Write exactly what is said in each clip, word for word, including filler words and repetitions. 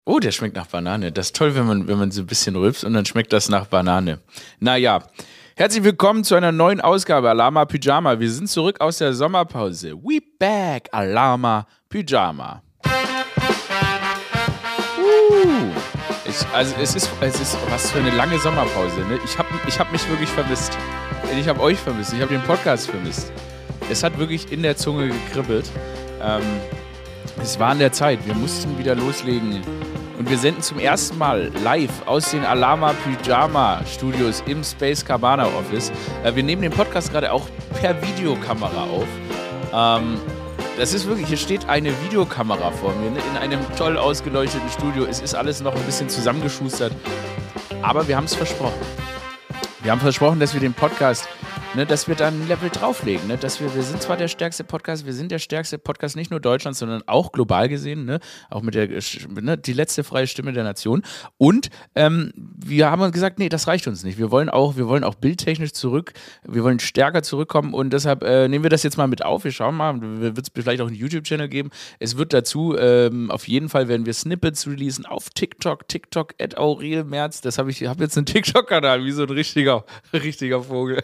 Oh, der schmeckt nach Banane. Das ist toll, wenn man, wenn man so ein bisschen rülpst und dann schmeckt das nach Banane. Naja, herzlich willkommen zu einer neuen Ausgabe Alama Pyjama. Wir sind zurück aus der Sommerpause. We back, Alama Pyjama. Uh, ich, also es ist, es ist was für eine lange Sommerpause. Ne? Ich habe ich hab mich wirklich vermisst. Ich habe euch vermisst. Ich habe den Podcast vermisst. Es hat wirklich in der Zunge gekribbelt. Ähm, es war an der Zeit. Wir mussten wieder loslegen. Und wir senden zum ersten Mal live aus den Alama Pyjama Studios im Space Cabana Office. Äh, wir nehmen den Podcast gerade auch per Videokamera auf. Ähm, das ist wirklich, hier steht eine Videokamera vor mir, ne, in einem toll ausgeleuchteten Studio. Es ist alles noch ein bisschen zusammengeschustert. Aber wir haben es versprochen. Wir haben versprochen, dass wir den Podcast, ne, dass wir da ein Level drauflegen. Ne, dass wir, wir sind zwar der stärkste Podcast, wir sind der stärkste Podcast nicht nur Deutschlands, sondern auch global gesehen, ne, auch mit der, ne, die letzte freie Stimme der Nation. Und ähm, wir haben uns gesagt, nee, das reicht uns nicht. Wir wollen auch, wir wollen auch bildtechnisch zurück, wir wollen stärker zurückkommen und deshalb äh, nehmen wir das jetzt mal mit auf. Wir schauen mal, wird es vielleicht auch einen YouTube-Channel geben. Es wird dazu, ähm, auf jeden Fall werden wir Snippets releasen auf TikTok, TikTok at Aurel Merz. Das habe ich, habe jetzt einen TikTok-Kanal, wie so ein richtiger richtiger Vogel.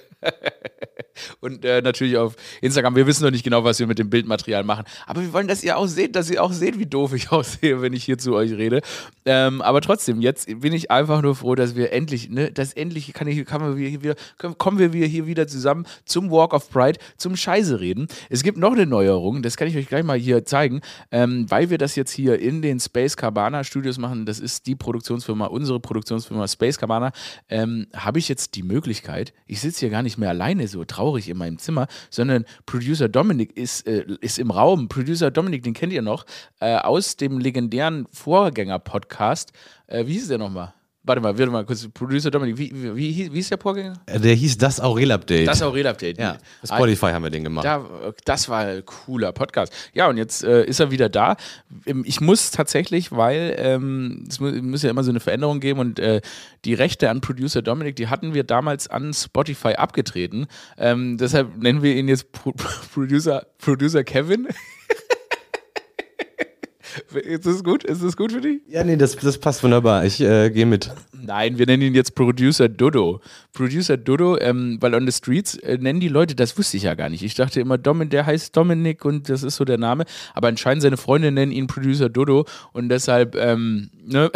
Und äh, natürlich auf Instagram. Wir wissen noch nicht genau, was wir mit dem Bildmaterial machen. Aber wir wollen, dass ihr auch seht, dass ihr auch seht, wie doof ich aussehe, wenn ich hier zu euch rede. Ähm, aber trotzdem, jetzt bin ich einfach nur froh, dass wir endlich, ne, dass endlich kann ich, kann wir hier wieder, können, kommen wir hier wieder zusammen zum Walk of Pride, zum Scheiße reden. Es gibt noch eine Neuerung, das kann ich euch gleich mal hier zeigen, ähm, weil wir das jetzt hier in den Space Cabana Studios machen. Das ist die Produktionsfirma, unsere Produktionsfirma Space Cabana. Ähm, habe ich jetzt die Möglichkeit, ich sitze hier gar nicht mehr alleine so traurig in meinem Zimmer, sondern Producer Dominik ist, äh, ist im Raum. Producer Dominik, den kennt ihr noch, äh, aus dem legendären Vorgänger-Podcast. Äh, wie hieß der nochmal? Warte mal, warte mal kurz. Producer Dominik, wie, wie, wie, wie ist der Vorgänger? Der hieß Das Aurel-Update. Das Aurel-Update. Ja, bei Spotify haben wir den gemacht. Da, das war ein cooler Podcast. Ja, und jetzt äh, ist er wieder da. Ich muss tatsächlich, weil ähm, es muss, muss ja immer so eine Veränderung geben und äh, die Rechte an Producer Dominik, die hatten wir damals an Spotify abgetreten. Ähm, deshalb nennen wir ihn jetzt Pro Producer, Producer Kevin. Ist das gut? Ist das gut für dich? Ja, nee, das, das passt wunderbar. Ich äh, gehe mit. Nein, wir nennen ihn jetzt Producer Dodo. Producer Dodo, ähm, weil on the streets äh, nennen die Leute, das wusste ich ja gar nicht. Ich dachte immer, Domin, der heißt Dominik und das ist so der Name. Aber anscheinend seine Freunde nennen ihn Producer Dodo und deshalb, ähm, ne,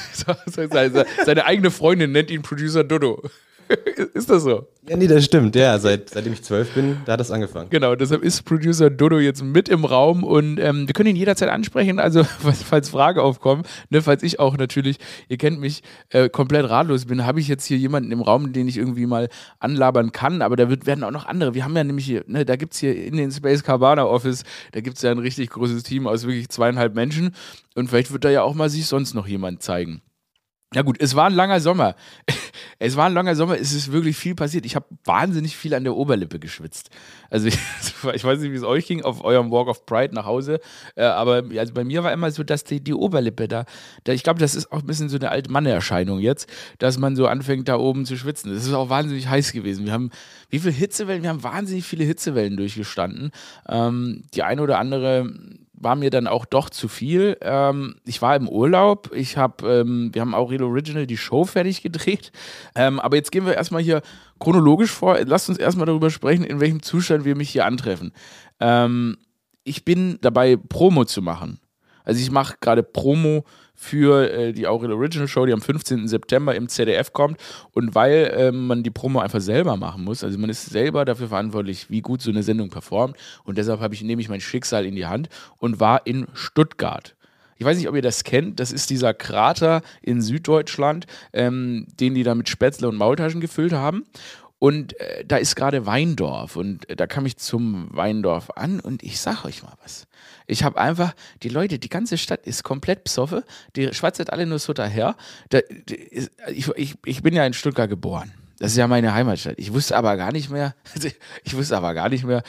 seine, seine eigene Freundin nennt ihn Producer Dodo. Ist das so? Ja, nee, das stimmt. Ja, seit, seitdem ich zwölf bin, da hat das angefangen. Genau, deshalb ist Producer Dodo jetzt mit im Raum und ähm, wir können ihn jederzeit ansprechen, also falls, falls Fragen aufkommen, ne, falls ich auch natürlich, ihr kennt mich, äh, komplett ratlos bin, habe ich jetzt hier jemanden im Raum, den ich irgendwie mal anlabern kann, aber da wird, werden auch noch andere, wir haben ja nämlich hier, ne, da gibt es hier in den Space Cabana Office, da gibt es ja ein richtig großes Team aus wirklich zweieinhalb Menschen und vielleicht wird da ja auch mal sich sonst noch jemand zeigen. Ja gut, es war ein langer Sommer. Es war ein langer Sommer, es ist wirklich viel passiert. Ich habe wahnsinnig viel an der Oberlippe geschwitzt. Also ich, ich weiß nicht, wie es euch ging auf eurem Walk of Pride nach Hause, äh, aber also bei mir war immer so, dass die, die Oberlippe da, da ich glaube, das ist auch ein bisschen so eine alte Manneerscheinung jetzt, dass man so anfängt, da oben zu schwitzen. Es ist auch wahnsinnig heiß gewesen. Wir haben, wie viele Hitzewellen? Wir haben wahnsinnig viele Hitzewellen durchgestanden. Ähm, die eine oder andere war mir dann auch doch zu viel. Ähm, ich war im Urlaub, ich habe, ähm, wir haben Aurel Original die Show fertig gedreht, ähm, aber jetzt gehen wir erstmal hier chronologisch vor. Lasst uns erstmal darüber sprechen, in welchem Zustand wir mich hier antreffen. Ähm, ich bin dabei, Promo zu machen. Also ich mache gerade Promo für äh, die Aurel Original Show, die am fünfzehnten September im Z D F kommt. Und weil äh, man die Promo einfach selber machen muss, also man ist selber dafür verantwortlich, wie gut so eine Sendung performt. Und deshalb habe ich, nehme ich mein Schicksal in die Hand und war in Stuttgart. Ich weiß nicht, ob ihr das kennt, das ist dieser Krater in Süddeutschland, ähm, den die da mit Spätzle und Maultaschen gefüllt haben. Und äh, da ist gerade Weindorf und äh, da kam ich zum Weindorf an und ich sag euch mal was. Ich habe einfach, die Leute, die ganze Stadt ist komplett psoffe, die schwatzt halt alle nur so daher. Da, die, ich, ich, ich bin ja in Stuttgart geboren. Das ist ja meine Heimatstadt. Ich wusste aber gar nicht mehr, ich wusste aber gar nicht mehr,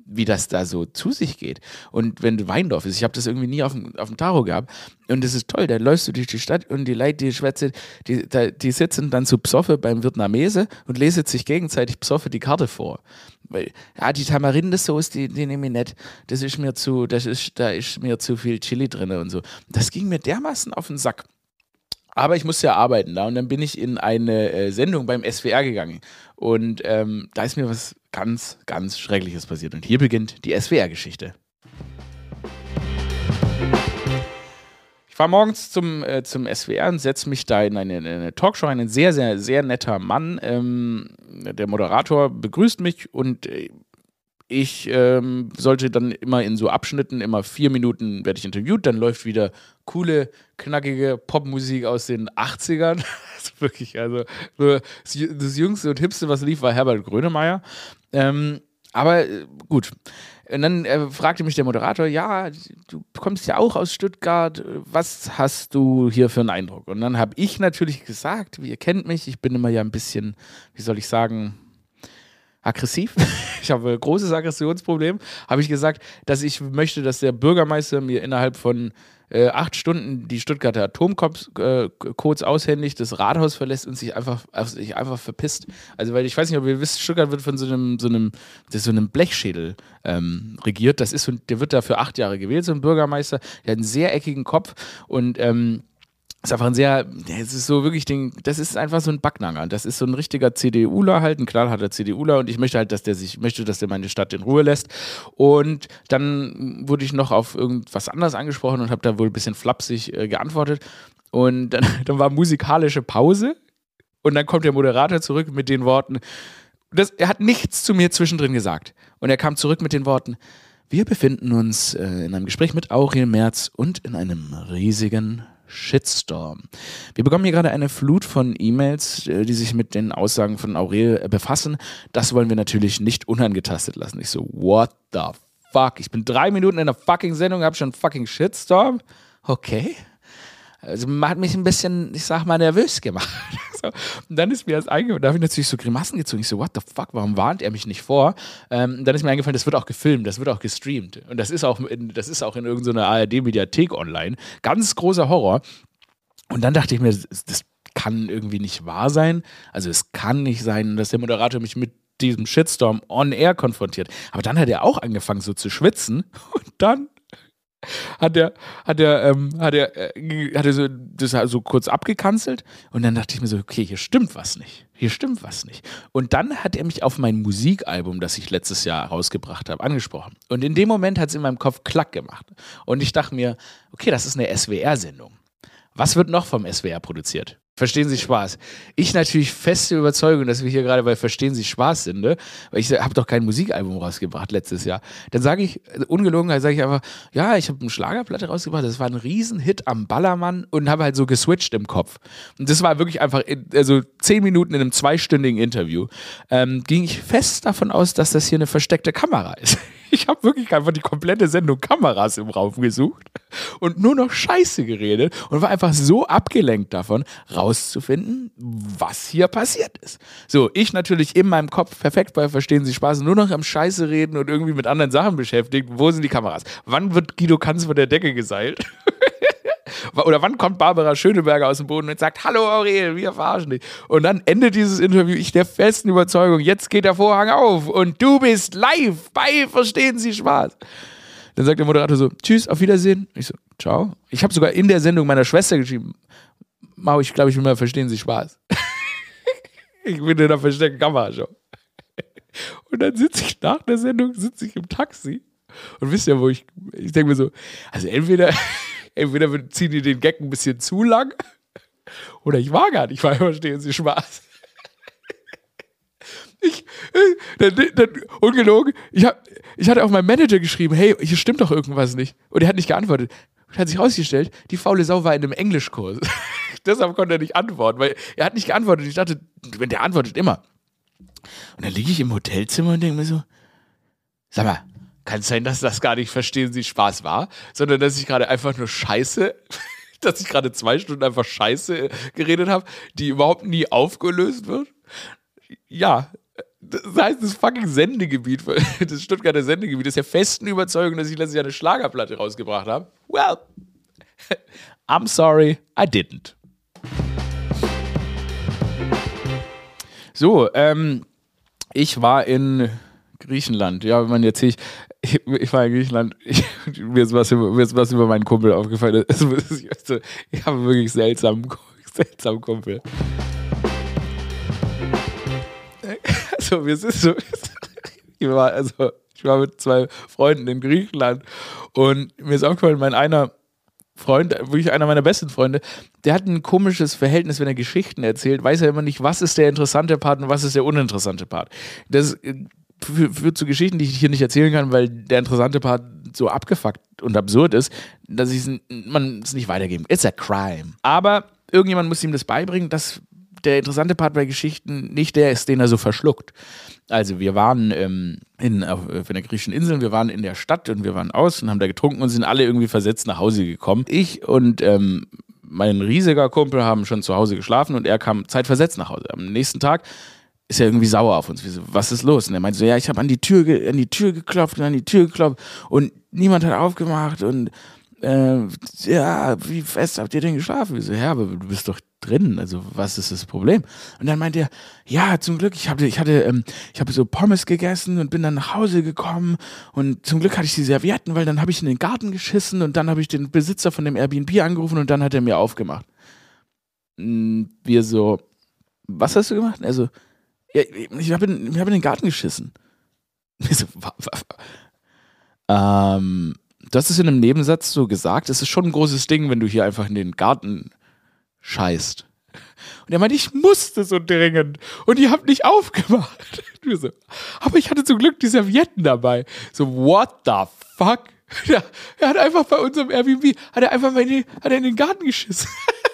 wie das da so zu sich geht. Und wenn du Weindorf ist, ich habe das irgendwie nie auf dem, auf dem Tacho gehabt. Und das ist toll, da läufst du durch die Stadt und die Leute, die schwätzen, die, die sitzen dann so psoffe beim Vietnamese und lesen sich gegenseitig psoffe die Karte vor. Weil, ja, die Tamarindensauce, die, die nehme ich nicht. Das ist mir zu, das ist, da ist mir zu viel Chili drin und so. Das ging mir dermaßen auf den Sack. Aber ich musste ja arbeiten da und dann bin ich in eine äh, Sendung beim S W R gegangen und ähm, da ist mir was ganz, ganz Schreckliches passiert und hier beginnt die S W R-Geschichte. Ich fahre morgens zum, äh, zum S W R und setze mich da in eine, in eine Talkshow, ein sehr, sehr, sehr netter Mann, ähm, der Moderator begrüßt mich und äh, ich ähm, sollte dann immer in so Abschnitten, immer vier Minuten werde ich interviewt, dann läuft wieder coole, knackige Popmusik aus den achtzigern. Also wirklich, also das Jüngste und Hipste, was lief, war Herbert Grönemeyer. Ähm, aber äh, gut. Und dann äh, fragte mich der Moderator, ja, du kommst ja auch aus Stuttgart, was hast du hier für einen Eindruck? Und dann habe ich natürlich gesagt, wie ihr kennt mich, ich bin immer ja ein bisschen, wie soll ich sagen, aggressiv. Ich habe ein großes Aggressionsproblem. Habe ich gesagt, dass ich möchte, dass der Bürgermeister mir innerhalb von äh, acht Stunden die Stuttgarter Atomcodes äh, aushändigt, das Rathaus verlässt und sich einfach, also sich einfach verpisst. Also, weil ich weiß nicht, ob ihr wisst, Stuttgart wird von so einem, so einem, so einem Blechschädel ähm, regiert. Das ist so, der wird da für acht Jahre gewählt, so ein Bürgermeister. Der hat einen sehr eckigen Kopf und ähm, ist einfach ein sehr, es ist so wirklich, den, das ist einfach so ein Backnanger. Das ist so ein richtiger CDUler halt, ein knallharter CDUler und ich möchte halt, dass der sich, möchte, dass der meine Stadt in Ruhe lässt. Und dann wurde ich noch auf irgendwas anderes angesprochen und habe da wohl ein bisschen flapsig äh, geantwortet. Und dann, dann war musikalische Pause und dann kommt der Moderator zurück mit den Worten, das, er hat nichts zu mir zwischendrin gesagt. Und er kam zurück mit den Worten, wir befinden uns äh, in einem Gespräch mit Aurel Merz und in einem riesigen Shitstorm. Wir bekommen hier gerade eine Flut von E-Mails, die sich mit den Aussagen von Aurel befassen. Das wollen wir natürlich nicht unangetastet lassen. Ich so, what the fuck? Ich bin drei Minuten in der fucking Sendung, hab schon einen fucking Shitstorm? Okay. Also hat mich ein bisschen, ich sag mal, nervös gemacht. So. Und dann ist mir das eingefallen, da habe ich natürlich so Grimassen gezogen. Ich so, what the fuck, warum warnt er mich nicht vor? Ähm, dann ist mir eingefallen, das wird auch gefilmt, das wird auch gestreamt. Und das ist auch in, das ist auch in irgendeiner A R D-Mediathek online. Ganz großer Horror. Und dann dachte ich mir, das, das kann irgendwie nicht wahr sein. Also es kann nicht sein, dass der Moderator mich mit diesem Shitstorm on air konfrontiert. Aber dann hat er auch angefangen so zu schwitzen und dann hat er, hat er, ähm, hat er, äh, hat er so, das so kurz abgekanzelt und dann dachte ich mir so, okay, hier stimmt was nicht. Hier stimmt was nicht. Und dann hat er mich auf mein Musikalbum, das ich letztes Jahr rausgebracht habe, angesprochen. Und in dem Moment hat es in meinem Kopf Klack gemacht. Und ich dachte mir, okay, das ist eine S W R-Sendung. Was wird noch vom S W R produziert? Verstehen Sie Spaß? Ich natürlich feste Überzeugung, dass wir hier gerade bei Verstehen Sie Spaß sind, ne? Weil ich habe doch kein Musikalbum rausgebracht letztes Jahr. Dann sage ich, ungelogen, sage ich einfach, ja, ich habe eine Schlagerplatte rausgebracht, das war ein Riesenhit am Ballermann und habe halt so geswitcht im Kopf. Und das war wirklich einfach, in, also zehn Minuten in einem zweistündigen Interview, ähm, ging ich fest davon aus, dass das hier eine versteckte Kamera ist. Ich habe wirklich einfach die komplette Sendung Kameras im Raum gesucht und nur noch Scheiße geredet und war einfach so abgelenkt davon, rauszufinden, was hier passiert ist. So, ich natürlich in meinem Kopf perfekt bei Verstehen Sie Spaß, nur noch am Scheiße reden und irgendwie mit anderen Sachen beschäftigt. Wo sind die Kameras? Wann wird Guido Kanz von der Decke geseilt? Oder wann kommt Barbara Schöneberger aus dem Boden und sagt, hallo Aurel, wir verarschen dich. Und dann endet dieses Interview, ich der festen Überzeugung, jetzt geht der Vorhang auf und du bist live bei Verstehen Sie Spaß. Dann sagt der Moderator so, tschüss, auf Wiedersehen. Ich so, ciao. Ich habe sogar in der Sendung meiner Schwester geschrieben, Mau, ich glaube, ich will mal Verstehen Sie Spaß. Ich bin in der versteckten Kamerashow. Und dann sitze ich nach der Sendung, sitze ich im Taxi und wisst ihr, wo ich, ich denke mir so, also entweder... Entweder ziehen die den Gag ein bisschen zu lang oder ich war gar nicht, weil Verstehen Sie Spaß. Ich, dann, dann, ungelogen, ich, hab, ich hatte auch meinem Manager geschrieben, hey, hier stimmt doch irgendwas nicht. Und er hat nicht geantwortet. Und hat sich herausgestellt, die faule Sau war in einem Englischkurs. Deshalb konnte er nicht antworten, weil er hat nicht geantwortet. Ich dachte, wenn der antwortet, immer. Und dann liege ich im Hotelzimmer und denke mir so, sag mal, kann es sein, dass das gar nicht Verstehen Sie Spaß war, sondern dass ich gerade einfach nur Scheiße, dass ich gerade zwei Stunden einfach Scheiße geredet habe, die überhaupt nie aufgelöst wird? Ja, Das heißt, das fucking Sendegebiet, das Stuttgarter Sendegebiet, ist der festen Überzeugung, dass ich letztes Jahr eine Schlagerplatte rausgebracht habe. Well, I'm sorry, I didn't. So, ähm, ich war in Griechenland. Ja, wenn man jetzt ich, ich, ich war in Griechenland. Ich, mir, ist was über, mir ist was über meinen Kumpel aufgefallen. Also, ich habe wirklich seltsam, seltsam Kumpel. Also, wir sind so. Ich war, also, ich war mit zwei Freunden in Griechenland und mir ist aufgefallen, mein einer Freund, wirklich einer meiner besten Freunde, der hat ein komisches Verhältnis, wenn er Geschichten erzählt, weiß er immer nicht, was ist der interessante Part und was ist der uninteressante Part. Das führt zu Geschichten, die ich hier nicht erzählen kann, weil der interessante Part so abgefuckt und absurd ist, dass man es nicht weitergeben. It's a crime. Aber irgendjemand muss ihm das beibringen, dass der interessante Part bei Geschichten nicht der ist, den er so verschluckt. Also wir waren ähm, in, auf, auf einer griechischen Insel, wir waren in der Stadt und wir waren aus und haben da getrunken und sind alle irgendwie versetzt nach Hause gekommen. Ich und ähm, mein riesiger Kumpel haben schon zu Hause geschlafen und er kam zeitversetzt nach Hause. Am nächsten Tag ist er irgendwie sauer auf uns. Wir so, was ist los? Und er meinte so, ja, ich habe an die Tür ge- an die Tür geklopft und an die Tür geklopft und niemand hat aufgemacht und äh, ja, wie fest habt ihr denn geschlafen? Wir so, ja, aber du bist doch drin, also was ist das Problem? Und dann meinte er, ja, zum Glück, ich hatte, ich hatte, ähm, ich habe so Pommes gegessen und bin dann nach Hause gekommen und zum Glück hatte ich die Servietten, weil dann habe ich in den Garten geschissen und dann habe ich den Besitzer von dem Airbnb angerufen und dann hat er mir aufgemacht. Wir so, was hast du gemacht? Also, ja, ich habe in, ich hab in den Garten geschissen. Wir so, wa, wa, ähm, du hast es in einem Nebensatz so gesagt, es ist schon ein großes Ding, wenn du hier einfach in den Garten scheißt. Und er meinte, ich musste so dringend und ihr habt nicht aufgemacht. Du so, aber ich hatte zum Glück die Servietten dabei. So, what the fuck? Ja, er hat einfach bei unserem Airbnb, hat er einfach mal in den, hat er in den Garten geschissen.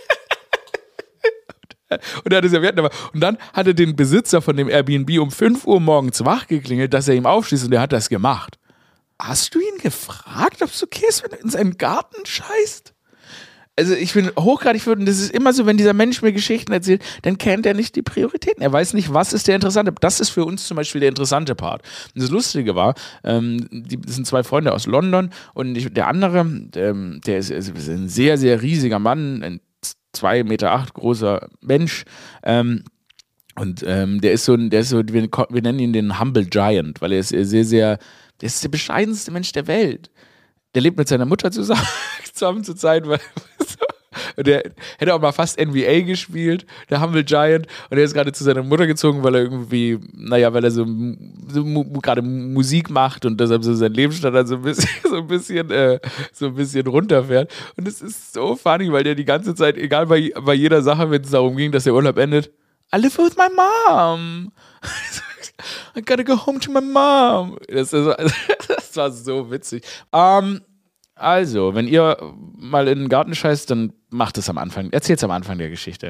Und er hatte Servietten dabei. Und dann hat er den Besitzer von dem Airbnb um fünf Uhr morgens wach geklingelt, dass er ihm aufschließt und er hat das gemacht. Hast du ihn gefragt, ob es okay ist, wenn er in seinen Garten scheißt? Also ich bin hochgradig verwirrt und das ist immer so, wenn dieser Mensch mir Geschichten erzählt, dann kennt er nicht die Prioritäten. Er weiß nicht, was ist der interessante. Das ist für uns zum Beispiel der interessante Part. Und das Lustige war, ähm, die, das sind zwei Freunde aus London und ich, der andere, ähm, der ist, ist ein sehr, sehr riesiger Mann, ein zwei Meter acht großer Mensch, ähm, und ähm, der ist so, der ist so, wir, wir nennen ihn den Humble Giant, weil er ist sehr, sehr, der ist der bescheidenste Mensch der Welt. Der lebt mit seiner Mutter zusammen, zusammen zur Zeit, weil und der hätte auch mal fast N B A gespielt, der Humble Giant, und er ist gerade zu seiner Mutter gezogen, weil er irgendwie, naja, weil er so, so mu- gerade Musik macht und deshalb so sein Lebensstandard so ein bisschen, so ein bisschen, äh, so ein bisschen runterfährt. Und es ist so funny, weil der die ganze Zeit, egal bei, bei jeder Sache, wenn es darum ging, dass der Urlaub endet, I live with my mom. I gotta go home to my mom. Das, ist, das war so witzig. Ähm, also, wenn ihr mal in den Garten scheißt, dann macht es am Anfang. Erzählt es am Anfang der Geschichte.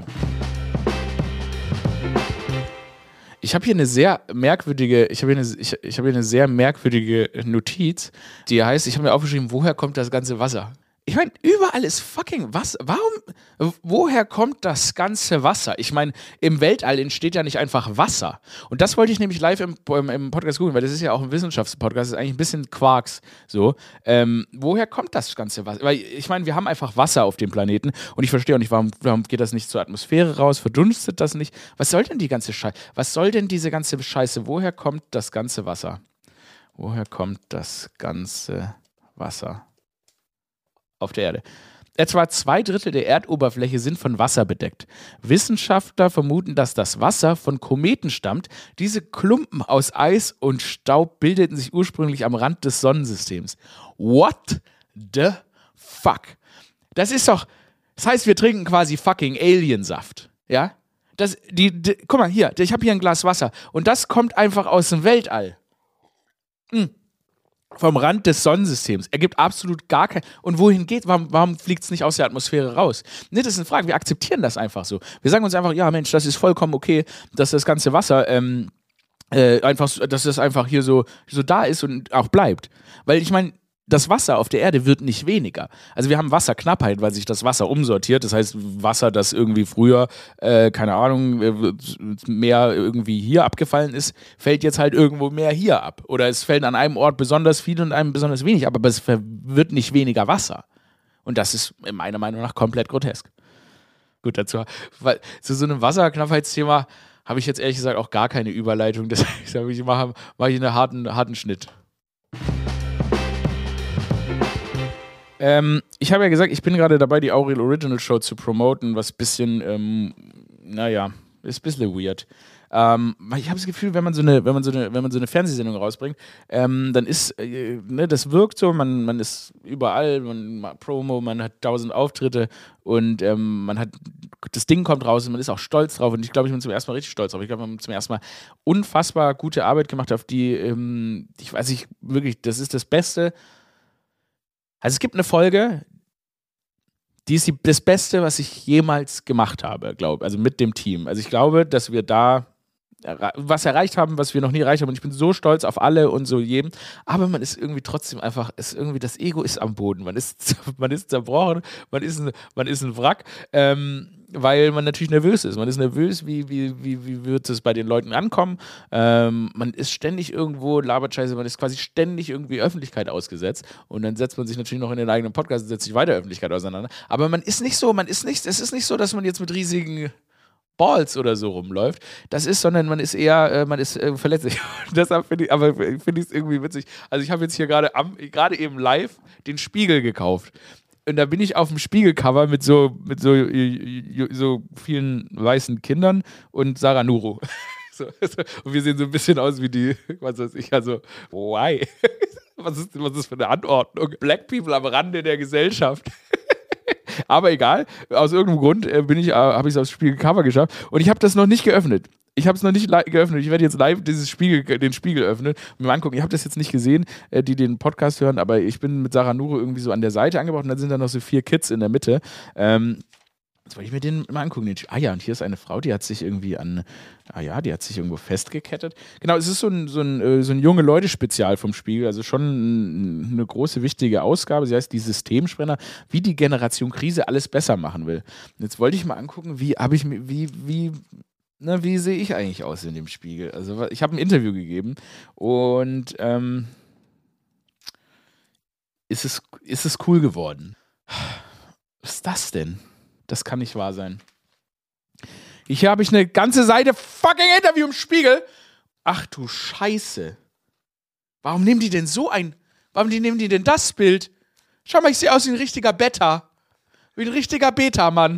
Ich habe hier eine sehr merkwürdige, ich habe hier, eine, ich, ich hab hier eine sehr merkwürdige Notiz, die heißt, ich habe mir aufgeschrieben, woher kommt das ganze Wasser? Ich meine, überall ist fucking Wasser. Warum, woher kommt das ganze Wasser? Ich meine, im Weltall entsteht ja nicht einfach Wasser. Und das wollte ich nämlich live im, im, im Podcast googeln, weil das ist ja auch ein Wissenschaftspodcast, das ist eigentlich ein bisschen Quarks. So. Ähm, woher kommt das ganze Wasser? Weil ich meine, wir haben einfach Wasser auf dem Planeten und ich verstehe auch nicht, warum, warum geht das nicht zur Atmosphäre raus, verdunstet das nicht? Was soll denn die ganze Scheiße? Was soll denn diese ganze Scheiße? Woher kommt das ganze Wasser? Woher kommt das ganze Wasser auf der Erde? Etwa zwei Drittel der Erdoberfläche sind von Wasser bedeckt. Wissenschaftler vermuten, dass das Wasser von Kometen stammt. Diese Klumpen aus Eis und Staub bildeten sich ursprünglich am Rand des Sonnensystems. What the fuck? Das ist doch, das heißt, wir trinken quasi fucking Aliensaft, ja? Das, die, die, guck mal, hier, ich habe hier ein Glas Wasser und das kommt einfach aus dem Weltall. Hm. Vom Rand des Sonnensystems. Ergibt absolut gar kein. Und wohin geht? Warum, warum fliegt es nicht aus der Atmosphäre raus? Ne, das ist eine Frage. Wir akzeptieren das einfach so. Wir sagen uns einfach, ja, Mensch, das ist vollkommen okay, dass das ganze Wasser ähm, äh, einfach, dass das einfach hier so, so da ist und auch bleibt. Weil ich meine, das Wasser auf der Erde wird nicht weniger. Also wir haben Wasserknappheit, weil sich das Wasser umsortiert. Das heißt, Wasser, das irgendwie früher, äh, keine Ahnung, äh, mehr irgendwie hier abgefallen ist, fällt jetzt halt irgendwo mehr hier ab. Oder es fällt an einem Ort besonders viel und an einem besonders wenig, aber es wird nicht weniger Wasser. Und das ist meiner Meinung nach komplett grotesk. Gut, dazu, weil zu so einem Wasserknappheitsthema habe ich jetzt ehrlich gesagt auch gar keine Überleitung. Das heißt, ich mache mach ich einen harten, harten Schnitt. Ähm, ich habe ja gesagt, ich bin gerade dabei, die Aurel Original Show zu promoten, was ein bisschen, ähm, naja, ist ein bisschen weird. Ähm, weil ich habe das Gefühl, wenn man so eine, wenn man so eine, wenn man so eine Fernsehsendung rausbringt, ähm, dann ist, äh, ne, das wirkt so, man, man ist überall, man macht Promo, man hat tausend Auftritte und ähm, man hat, das Ding kommt raus und man ist auch stolz drauf und ich glaube, ich bin zum ersten Mal richtig stolz drauf. Ich glaube, wir haben zum ersten Mal unfassbar gute Arbeit gemacht, auf die, ähm, ich weiß nicht, wirklich, das ist das Beste. Also es gibt eine Folge, die ist die, das Beste, was ich jemals gemacht habe, glaube also mit dem Team. Also ich glaube, dass wir da was erreicht haben, was wir noch nie erreicht haben und ich bin so stolz auf alle und so jedem, aber man ist irgendwie trotzdem einfach, ist irgendwie, das Ego ist am Boden, man ist, man ist zerbrochen, man ist ein, man ist ein Wrack, ähm, weil man natürlich nervös ist. Man ist nervös, wie, wie, wie, wie wird es bei den Leuten ankommen. Ähm, man ist ständig irgendwo, labert Scheiße, man ist quasi ständig irgendwie Öffentlichkeit ausgesetzt und dann setzt man sich natürlich noch in den eigenen Podcast und setzt sich weiter Öffentlichkeit auseinander. Aber man ist nicht so, man ist nicht, es ist nicht so, dass man jetzt mit riesigen Balls oder so rumläuft. Das ist, sondern man ist eher, äh, man ist äh, verletzlich. Deshalb finde ich, aber finde ich es irgendwie witzig. Also ich habe jetzt hier gerade am, gerade eben live den Spiegel gekauft. Und da bin ich auf dem Spiegelcover mit so, mit so, so vielen weißen Kindern und Sarah Nuru. So, so. Und wir sehen so ein bisschen aus wie die, was weiß ich, also, why? Was ist, was ist für eine Anordnung? Black People am Rande der Gesellschaft. Aber egal, aus irgendeinem Grund äh, bin ich, äh, habe ich es aufs Spiegelcover geschafft und ich habe das noch nicht geöffnet. Ich habe es noch nicht geöffnet. Ich werde jetzt live dieses Spiegel, den Spiegel öffnen und mir mal angucken. Ich habe das jetzt nicht gesehen, äh, die den Podcast hören, aber ich bin mit Sarah Nuru irgendwie so an der Seite angebracht und dann sind da noch so vier Kids in der Mitte. Ähm, Jetzt wollte ich mir den mal angucken. Den, ah ja, und hier ist eine Frau, die hat sich irgendwie an, ah ja, die hat sich irgendwo festgekettet. Genau, es ist so ein, so ein, so ein junge Leute-Spezial vom Spiegel, also schon eine große, wichtige Ausgabe. Sie heißt die Systemsprenner, wie die Generation Krise alles besser machen will. Und jetzt wollte ich mal angucken, wie habe ich wie, wie, na, wie sehe ich eigentlich aus in dem Spiegel? Also ich habe ein Interview gegeben und ähm, ist es, ist es cool geworden? Was ist das denn? Das kann nicht wahr sein. Hier habe ich eine ganze Seite fucking Interview im Spiegel. Ach du Scheiße. Warum nehmen die denn so ein... Warum die nehmen die denn das Bild? Schau mal, ich sehe aus wie ein richtiger Beta. Wie ein richtiger Beta-Mann.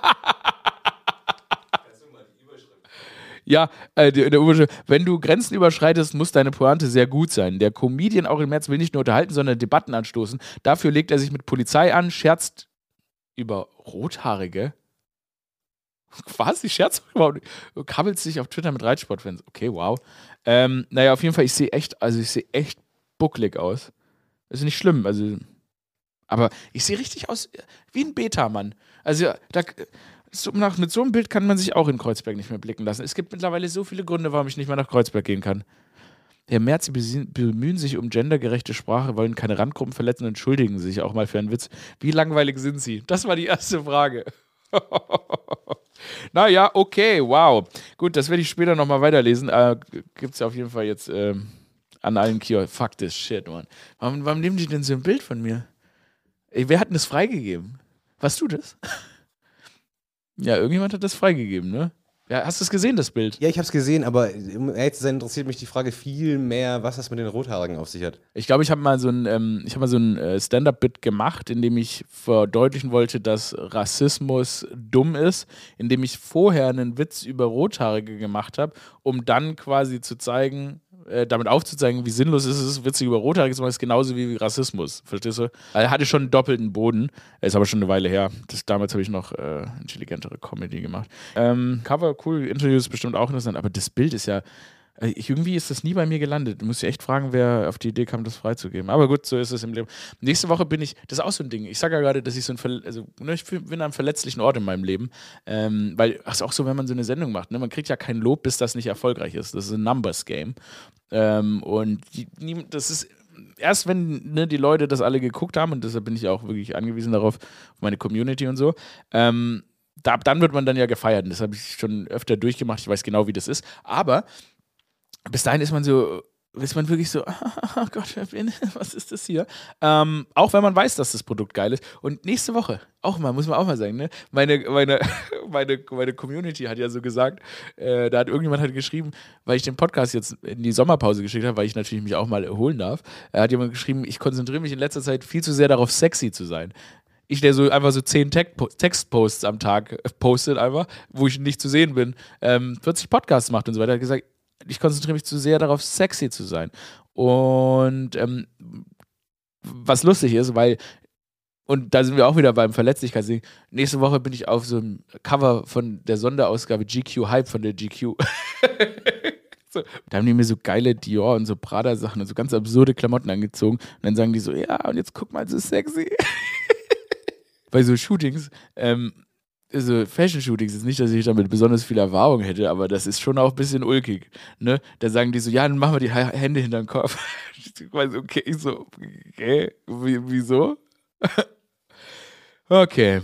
Ja, äh, der, der Überschrift. Wenn du Grenzen überschreitest, muss deine Pointe sehr gut sein. Der Comedian Aurel Merz will nicht nur unterhalten, sondern Debatten anstoßen. Dafür legt er sich mit Polizei an, scherzt über Rothaarige? Was? Ich scherze überhaupt nicht. Du kabbelst dich auf Twitter mit Reitsportfans. Okay, wow. Ähm, naja, auf jeden Fall, ich sehe echt, also ich sehe echt bucklig aus. Das ist nicht schlimm, also. Aber ich sehe richtig aus wie ein Beta-Mann. Also, da, so, nach, mit so einem Bild kann man sich auch in Kreuzberg nicht mehr blicken lassen. Es gibt mittlerweile so viele Gründe, warum ich nicht mehr nach Kreuzberg gehen kann. Herr Merz, Sie bemühen sich um gendergerechte Sprache, wollen keine Randgruppen verletzen und entschuldigen sich auch mal für einen Witz. Wie langweilig sind Sie? Das war die erste Frage. Naja, okay, wow. Gut, das werde ich später nochmal weiterlesen. Äh, Gibt es ja auf jeden Fall jetzt äh, an allen Kiosken. Fuck this shit, man. Warum, warum nehmen die denn so ein Bild von mir? Ey, wer hat denn das freigegeben? Warst du das? Ja, irgendjemand hat das freigegeben, ne? Ja, hast du es gesehen, das Bild? Ja, ich habe es gesehen, aber um ehrlich zu sein, interessiert mich die Frage viel mehr, was das mit den Rothaarigen auf sich hat. Ich glaube, ich habe mal so ein, ähm, ich hab mal so ein äh, Stand-Up-Bit gemacht, in dem ich verdeutlichen wollte, dass Rassismus dumm ist, indem ich vorher einen Witz über Rothaarige gemacht habe, um dann quasi zu zeigen, äh, damit aufzuzeigen, wie sinnlos es ist, witzig über Rothaarige zu machen, ist genauso wie Rassismus. Verstehst du? Also er hatte schon einen doppelten Boden. Ist aber schon eine Weile her. Das, damals habe ich noch äh, intelligentere Comedy gemacht. Ähm, Cover, cool, Interviews bestimmt auch interessant, aber das Bild ist ja, äh, irgendwie ist das nie bei mir gelandet. Du musst ja echt fragen, wer auf die Idee kam, das freizugeben. Aber gut, so ist es im Leben. Nächste Woche bin ich, das ist auch so ein Ding. Ich sage ja gerade, dass ich so ein, Verle- also ne, ich bin an einem verletzlichen Ort in meinem Leben. Ähm, weil, ach, ist auch so, wenn man so eine Sendung macht, ne? Man kriegt ja kein Lob, bis das nicht erfolgreich ist. Das ist ein Numbers-Game. Ähm, und die, die, das ist erst wenn ne, die Leute das alle geguckt haben, und deshalb bin ich auch wirklich angewiesen darauf, auf meine Community und so, ähm, da, dann wird man dann ja gefeiert. Und das habe ich schon öfter durchgemacht. Ich weiß genau, wie das ist. Aber bis dahin ist man so, ist man wirklich so, oh Gott, wer bin ich? Was ist das hier? Ähm, auch wenn man weiß, dass das Produkt geil ist. Und nächste Woche, auch mal, muss man auch mal sagen, ne? Meine, meine, meine, meine Community hat ja so gesagt, äh, da hat irgendjemand halt geschrieben, weil ich den Podcast jetzt in die Sommerpause geschickt habe, weil ich natürlich mich auch mal erholen darf, äh, hat jemand geschrieben, ich konzentriere mich in letzter Zeit viel zu sehr darauf, sexy zu sein. Ich, der so einfach so zehn Textposts am Tag postet, einfach, wo ich nicht zu sehen bin, ähm, vierzig Podcasts macht und so weiter, hat gesagt, ich konzentriere mich zu sehr darauf, sexy zu sein. Und ähm, was lustig ist, weil, und da sind wir auch wieder beim Verletzlichkeitsding, nächste Woche bin ich auf so einem Cover von der Sonderausgabe G Q Hype von der G Q. So, da haben die mir so geile Dior und so Prada-Sachen und so ganz absurde Klamotten angezogen. Und dann sagen die so, ja, und jetzt guck mal, so sexy. Bei so Shootings, ähm, also Fashion-Shootings, ist nicht, dass ich damit besonders viel Erfahrung hätte, aber das ist schon auch ein bisschen ulkig, ne? Da sagen die so, ja, dann machen wir die Hände hinterm Kopf. Ich weiß, okay, ich so, okay, w- wieso? Okay.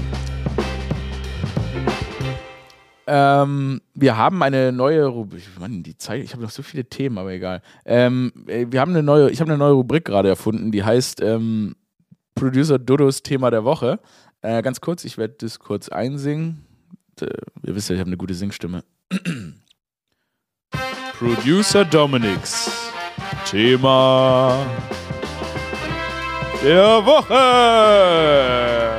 Ähm, wir haben eine neue Rubrik, Mann, die Zeit, ich habe noch so viele Themen, aber egal. Ähm, wir haben eine neue, ich habe eine neue Rubrik gerade erfunden, die heißt ähm, Producer Dodos Thema der Woche. Äh, ganz kurz, ich werde das kurz einsingen. Äh, ihr wisst ja, ich habe eine gute Singstimme. Producer Dominics Thema der Woche.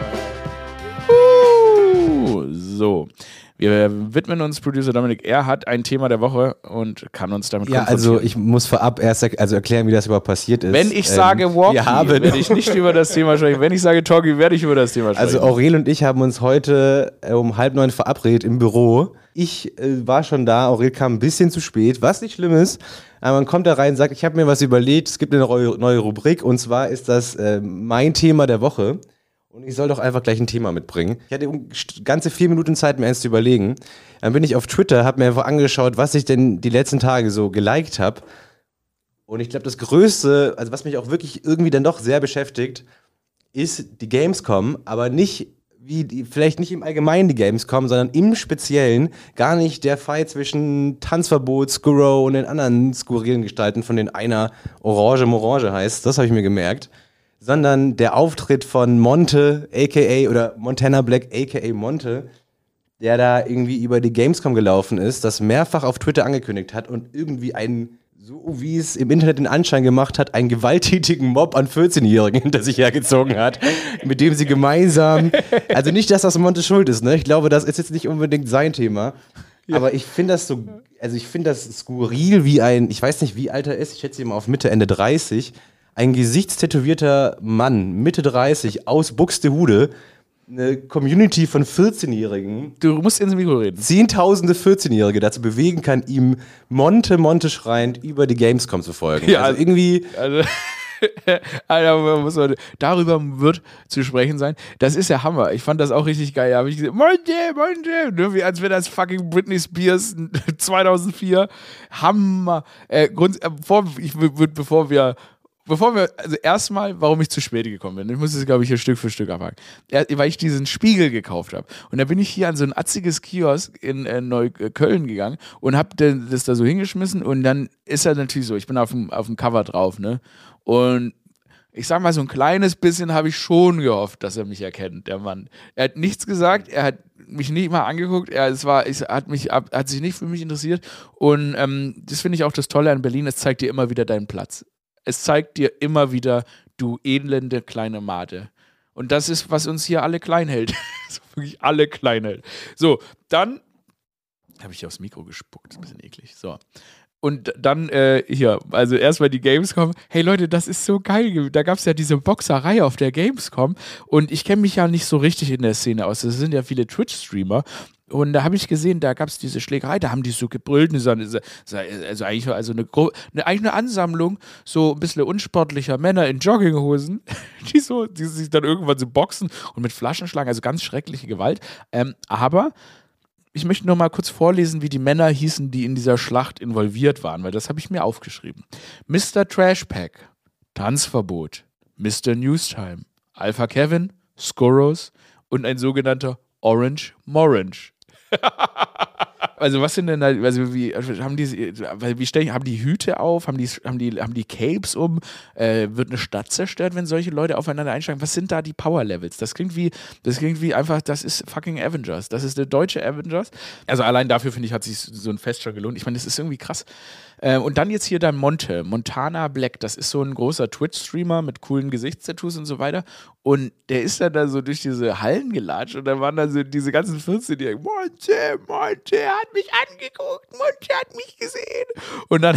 Uh, so. Wir widmen uns Producer Dominik. Er hat ein Thema der Woche und kann uns damit Ja, also ich muss vorab erst er- also erklären, wie das überhaupt passiert ist. Wenn ich Ähm, sage Walkie, wir haben- werde ich nicht über das Thema sprechen. Wenn ich sage Talkie, werde ich über das Thema sprechen. Also Aurel und ich haben uns heute äh, um halb neun verabredet im Büro. Ich äh, war schon da, Aurel kam ein bisschen zu spät, was nicht schlimm ist. Aber man kommt da rein und sagt, ich habe mir was überlegt, es gibt eine neue, neue Rubrik und zwar ist das äh, mein Thema der Woche. Und ich soll doch einfach gleich ein Thema mitbringen. Ich hatte um ganze vier Minuten Zeit, mir eins zu überlegen. Dann bin ich auf Twitter, habe mir einfach angeschaut, was ich denn die letzten Tage so geliked habe. Und ich glaube, das Größte, also was mich auch wirklich irgendwie dann doch sehr beschäftigt, ist die Gamescom, aber nicht wie die, vielleicht nicht im Allgemeinen die Gamescom, sondern im Speziellen gar nicht der Fight zwischen Tanzverbot, Skuro und den anderen skurrilen Gestalten, von denen einer Orange Morange heißt. Das habe ich mir gemerkt. Sondern der Auftritt von Monte, aka oder Montana Black, aka Monte, der da irgendwie über die Gamescom gelaufen ist, das mehrfach auf Twitter angekündigt hat und irgendwie einen, so wie es im Internet den Anschein gemacht hat, einen gewalttätigen Mob an vierzehnjährigen hinter sich hergezogen hat, mit dem sie gemeinsam, also nicht, dass das Monte schuld ist, ne? Ich glaube, das ist jetzt nicht unbedingt sein Thema, ja. Aber ich finde das so, also ich finde das skurril wie ein, ich weiß nicht, wie alt er ist, ich schätze ihn mal auf Mitte, Ende dreißig, ein gesichtstätowierter Mann, Mitte dreißig, aus Buxtehude, eine Community von vierzehnjährigen. Du musst ins Mikro reden. Zehntausende vierzehnjährige dazu bewegen kann, ihm Monte, Monte schreiend über die Gamescom zu folgen. Ja, also irgendwie. Also, Alter, muss man, darüber wird zu sprechen sein. Das ist ja Hammer. Ich fand das auch richtig geil. Da habe ich gesagt, Monte, Monte. Ne, wie als wäre das fucking Britney Spears zweitausendvier. Hammer. Äh, Grund, äh, bevor, ich würde, bevor wir Bevor wir, also erstmal, warum ich zu spät gekommen bin. Ich muss es, glaube ich, hier Stück für Stück abhaken. Er, weil ich diesen Spiegel gekauft habe. Und da bin ich hier an so ein atziges Kiosk in äh, Neukölln gegangen und habe das da so hingeschmissen. Und dann ist er natürlich so, ich bin auf dem, auf dem Cover drauf, ne? Und ich sag mal, so ein kleines bisschen habe ich schon gehofft, dass er mich erkennt, der Mann. Er hat nichts gesagt, er hat mich nicht mal angeguckt, er es war, es hat, mich, hat sich nicht für mich interessiert. Und ähm, das finde ich auch das Tolle an Berlin, es zeigt dir immer wieder deinen Platz. Es zeigt dir immer wieder, du elende kleine Made. Und das ist, was uns hier alle klein hält. So, wirklich alle klein hält. So, dann habe ich aufs Mikro gespuckt. Ist ein bisschen eklig. So. Und dann äh, hier, also erstmal die Gamescom. Hey Leute, das ist so geil. Da gab es ja diese Boxerei auf der Gamescom. Und ich kenne mich ja nicht so richtig in der Szene aus. Das sind ja viele Twitch-Streamer. Und da habe ich gesehen, da gab es diese Schlägerei, da haben die so gebrüllt, also eigentlich also eine, eine, eigentlich eine Ansammlung so ein bisschen unsportlicher Männer in Jogginghosen, die, so, die sich dann irgendwann so boxen und mit Flaschen schlagen, also ganz schreckliche Gewalt. Ähm, aber ich möchte noch mal kurz vorlesen, wie die Männer hießen, die in dieser Schlacht involviert waren, weil das habe ich mir aufgeschrieben. Mister Trashpack, Tanzverbot, Mister Newstime, Alpha Kevin, Skurros und ein sogenannter Orange Morange. Also was sind denn da, also wie haben die, wie stellen, haben die Hüte auf, haben die, haben die, haben die Capes um, äh, wird eine Stadt zerstört, wenn solche Leute aufeinander einsteigen? Was sind da die Power Levels? Das klingt wie, das klingt wie einfach, das ist fucking Avengers, das ist der deutsche Avengers. Also allein dafür finde ich, hat sich so ein Fest schon gelohnt. Ich meine, das ist irgendwie krass. Äh, und dann jetzt hier der Monte, Montana Black, das ist so ein großer Twitch-Streamer mit coolen Gesichtstattoos und so weiter. Und der ist dann da so durch diese Hallen gelatscht und da waren dann so diese ganzen vierzehnjährigen, Monte, Monte hat mich angeguckt, Monte hat mich gesehen. Und dann,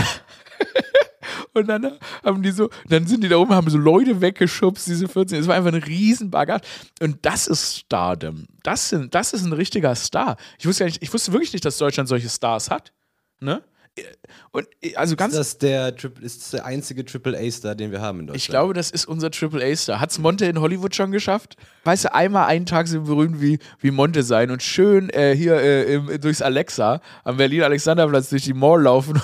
und dann haben die so, dann sind die da oben, haben so Leute weggeschubst, diese vierzehn. Es war einfach ein Riesenbagger. Und das ist Stardom. Das, sind, das ist ein richtiger Star. Ich wusste, gar nicht, ich wusste wirklich nicht, dass Deutschland solche Stars hat. Ne? Und also ganz ist das der, ist das der einzige Triple A-Star, den wir haben in Deutschland? Ich glaube, das ist unser Triple A-Star. Hat's Monte in Hollywood schon geschafft? Weißt du, einmal einen Tag so berühmt wie, wie Monte sein und schön äh, hier äh, im, durchs Alexa am Berlin-Alexanderplatz durch die Mall laufen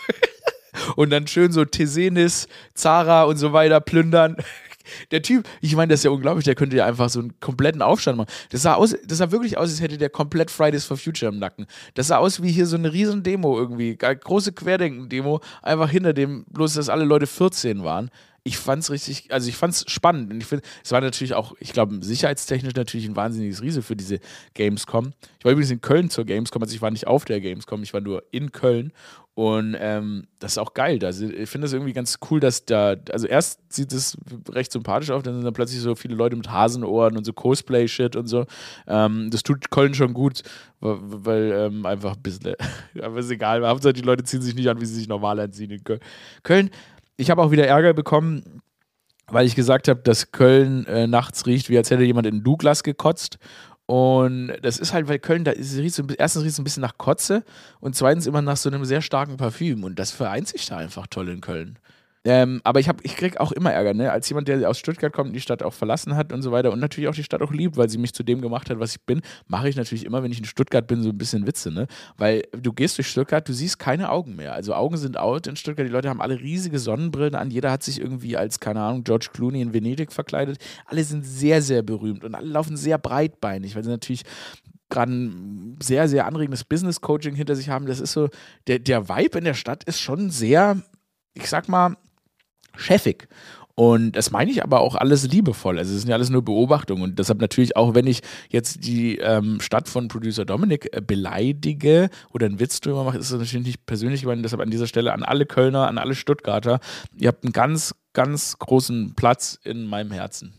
und dann schön so Tesenis, Zara und so weiter plündern. Der Typ, ich meine, das ist ja unglaublich, der könnte ja einfach so einen kompletten Aufstand machen. Das sah, aus, das sah wirklich aus, als hätte der komplett Fridays for Future im Nacken. Das sah aus wie hier so eine riesen Demo irgendwie, große Querdenken-Demo, einfach hinter dem, bloß dass alle Leute vierzehn waren. Ich fand's richtig, also ich fand's spannend. Und ich finde, es war natürlich auch, ich glaube, sicherheitstechnisch natürlich ein wahnsinniges Riese für diese Gamescom. Ich war übrigens in Köln zur Gamescom, also ich war nicht auf der Gamescom, ich war nur in Köln. Und ähm, das ist auch geil. Also ich finde es irgendwie ganz cool, dass da, also erst sieht es recht sympathisch aus, dann sind da plötzlich so viele Leute mit Hasenohren und so Cosplay-Shit und so. Ähm, das tut Köln schon gut, weil, weil ähm, einfach ein bisschen, aber ist egal, Hauptsache die Leute ziehen sich nicht an, wie sie sich normal anziehen in Köln. Köln, ich habe auch wieder Ärger bekommen, weil ich gesagt habe, dass Köln äh, nachts riecht, wie als hätte jemand in Douglas gekotzt. Und das ist halt, weil Köln, da ist, riecht so, erstens riecht es ein bisschen nach Kotze und zweitens immer nach so einem sehr starken Parfüm. Und das vereint sich da einfach toll in Köln. Ähm, aber ich, hab, ich krieg auch immer Ärger, ne? Als jemand, der aus Stuttgart kommt und die Stadt auch verlassen hat und so weiter und natürlich auch die Stadt auch liebt, weil sie mich zu dem gemacht hat, was ich bin, mache ich natürlich immer, wenn ich in Stuttgart bin, so ein bisschen Witze, ne? Weil du gehst durch Stuttgart, du siehst keine Augen mehr. Also Augen sind out in Stuttgart, die Leute haben alle riesige Sonnenbrillen an, jeder hat sich irgendwie als, keine Ahnung, George Clooney in Venedig verkleidet. Alle sind sehr, sehr berühmt und alle laufen sehr breitbeinig, weil sie natürlich gerade ein sehr, sehr anregendes Business-Coaching hinter sich haben. Das ist so, der, der Vibe in der Stadt ist schon sehr, ich sag mal, chefig. Und das meine ich aber auch alles liebevoll. Also es sind ja alles nur Beobachtungen. Und deshalb natürlich auch, wenn ich jetzt die ähm, Stadt von Producer Dominik äh, beleidige oder einen Witz drüber mache, ist das natürlich nicht persönlich gemeint. Deshalb an dieser Stelle an alle Kölner, an alle Stuttgarter. Ihr habt einen ganz, ganz großen Platz in meinem Herzen.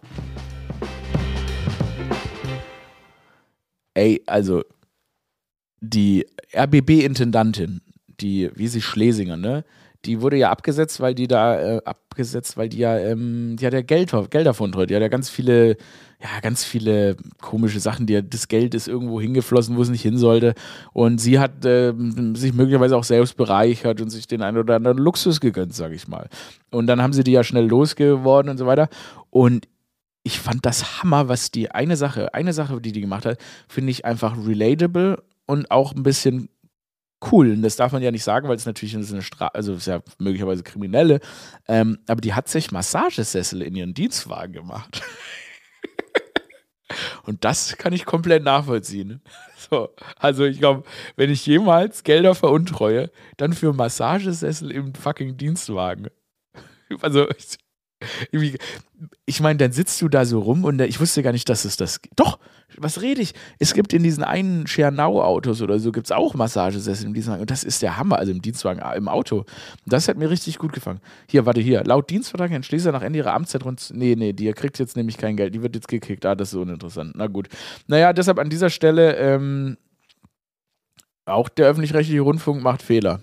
Ey, also die R B B-Intendantin, die Wiesi Schlesinger, ne? Die wurde ja abgesetzt, weil die da, äh, abgesetzt, weil die ja, ähm, die hat ja Geld, Gelder von heute. Die hat ja ganz viele, ja, ganz viele komische Sachen. Die, das Geld ist irgendwo hingeflossen, wo es nicht hin sollte. Und sie hat äh, sich möglicherweise auch selbst bereichert und sich den einen oder anderen Luxus gegönnt, sag ich mal. Und dann haben sie die ja schnell losgeworden und so weiter. Und ich fand das Hammer, was die, eine Sache, eine Sache, die die gemacht hat, finde ich einfach relatable und auch ein bisschen cool. Und das darf man ja nicht sagen, weil es natürlich eine Strafe, also ist ja möglicherweise Kriminelle, ähm, aber die hat sich Massagesessel in ihren Dienstwagen gemacht. Und das kann ich komplett nachvollziehen. So, also ich glaube, wenn ich jemals Gelder veruntreue, dann für Massagesessel im fucking Dienstwagen. Also ich, ich meine, dann sitzt du da so rum und ich wusste gar nicht, dass es das gibt. Doch, was rede ich? Es gibt in diesen einen Schernau-Autos oder so, gibt es auch Massagesessel im Dienstwagen und das ist der Hammer, also im Dienstwagen, im Auto. Das hat mir richtig gut gefallen. Hier, warte, hier, laut Dienstvertrag Herrn Schleser nach Ende ihrer Amtszeit rund, nee, nee, die kriegt jetzt nämlich kein Geld, die wird jetzt gekickt, ah, das ist uninteressant, na gut. Naja, deshalb an dieser Stelle, ähm, auch der öffentlich-rechtliche Rundfunk macht Fehler.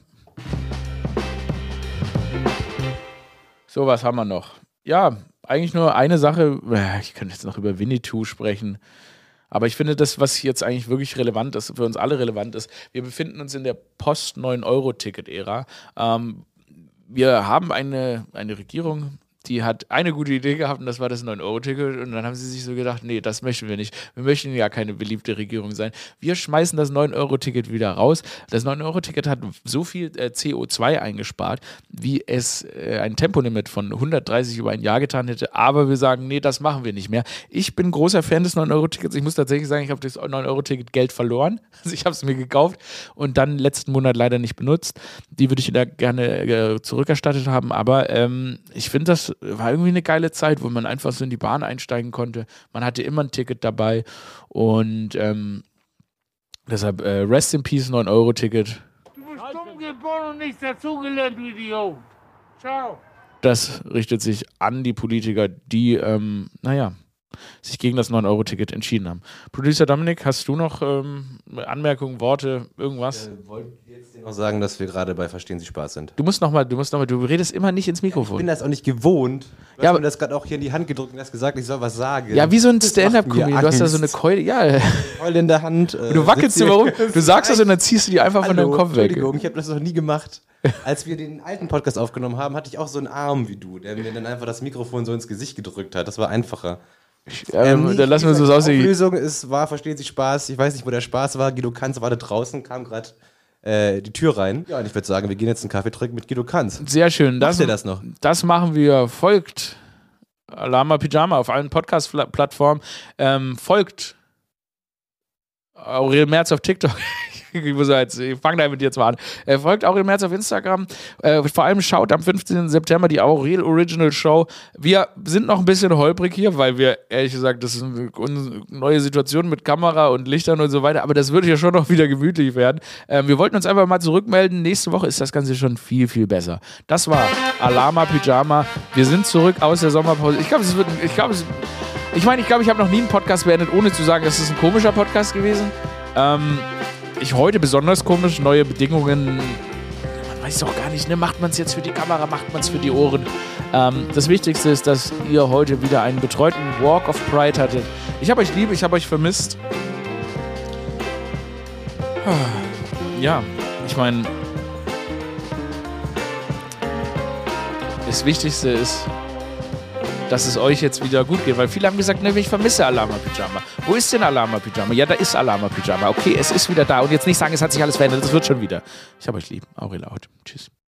So, was haben wir noch? Ja, eigentlich nur eine Sache, ich könnte jetzt noch über Winnetou sprechen, aber ich finde, das, was jetzt eigentlich wirklich relevant ist, für uns alle relevant ist, wir befinden uns in der Post-neun Euro Ticket Ära. Ähm, wir haben eine, eine Regierung, die hat eine gute Idee gehabt und das war das neun Euro Ticket und dann haben sie sich so gedacht, nee, das möchten wir nicht. Wir möchten ja keine beliebte Regierung sein. Wir schmeißen das neun Euro Ticket wieder raus. Das neun Euro Ticket hat so viel äh, C O zwei eingespart, wie es äh, ein Tempolimit von hundertdreißig über ein Jahr getan hätte, aber wir sagen, nee, das machen wir nicht mehr. Ich bin großer Fan des neun Euro Tickets. Ich muss tatsächlich sagen, ich habe das neun Euro Ticket Geld verloren. Also ich habe es mir gekauft und dann letzten Monat leider nicht benutzt. Die würde ich da gerne äh, zurückerstattet haben, aber ähm, ich finde, das war irgendwie eine geile Zeit, wo man einfach so in die Bahn einsteigen konnte. Man hatte immer ein Ticket dabei und ähm, deshalb äh, Rest in Peace neun Euro Ticket. Du bist dumm geboren und nichts dazugelernt, du Idiot. Ciao. Das richtet sich an die Politiker, die, ähm, naja, sich gegen das neun Euro Ticket entschieden haben. Producer Dominik, hast du noch ähm, Anmerkungen, Worte, irgendwas? Ich wollte jetzt dir noch sagen, dass wir gerade bei Verstehen Sie Spaß sind. Du musst nochmal, du musst noch mal, du redest immer nicht ins Mikrofon. Ich bin das auch nicht gewohnt. Du Ja, hast aber- mir das gerade auch hier in die Hand gedrückt und hast gesagt, ich soll was sagen. Ja, wie so ein Das Stand-Up-Comedian. macht Du mir hast da so eine Angst. Keule, ja. Keule in der Hand. Äh, Du wackelst sitzt immer rum, hier- du sagst das und dann ziehst du die einfach von Hallo, deinem Kopf weg. Entschuldigung, ich habe das noch nie gemacht. Als wir den alten Podcast aufgenommen haben, hatte ich auch so einen Arm wie du, der mir dann einfach das Mikrofon so ins Gesicht gedrückt hat. Das war einfacher. Ähm, nee, dann lassen wir wie es so gesagt, aussehen. Die Auflösung ist, war, verstehen Sie Spaß. Ich weiß nicht, wo der Spaß war. Guido Kanz war da draußen, kam gerade äh, die Tür rein. Ja, und ich würde sagen, wir gehen jetzt einen Kaffee trinken mit Guido Kanz. Sehr schön. Das, Macht ihr das noch? Das machen wir. Folgt Alama Pyjama auf allen Podcast-Plattformen. Ähm, folgt Aurel Merz auf TikTok. Ich, muss jetzt, ich fange da mit dir zwar an. Äh, folgt Aurel Merz auf Instagram. Äh, vor allem schaut am fünfzehnten September die Aurel Original Show. Wir sind noch ein bisschen holprig hier, weil wir, ehrlich gesagt, das ist eine neue Situation mit Kamera und Lichtern und so weiter, aber das wird ja schon noch wieder gemütlich werden. Ähm, wir wollten uns einfach mal zurückmelden. Nächste Woche ist das Ganze schon viel, viel besser. Das war Alama Pyjama. Wir sind zurück aus der Sommerpause. Ich glaube, es wird, ich glaube, es Ich meine, ich glaube, ich habe noch nie einen Podcast beendet, ohne zu sagen, es ist ein komischer Podcast gewesen. Ähm, ich heute besonders komisch, neue Bedingungen. Man weiß doch gar nicht, ne? Macht man es jetzt für die Kamera, macht man es für die Ohren. Ähm, das Wichtigste ist, dass ihr heute wieder einen betreuten Walk of Pride hattet. Ich habe euch lieb, ich habe euch vermisst. Ja, ich meine, das Wichtigste ist, dass es euch jetzt wieder gut geht, weil viele haben gesagt, ne, ich vermisse Alama Pyjama. Wo ist denn Alama Pyjama? Ja, da ist Alama Pyjama. Okay, es ist wieder da und jetzt nicht sagen, es hat sich alles verändert, es wird schon wieder. Ich hab euch lieb. Aurel out. Tschüss.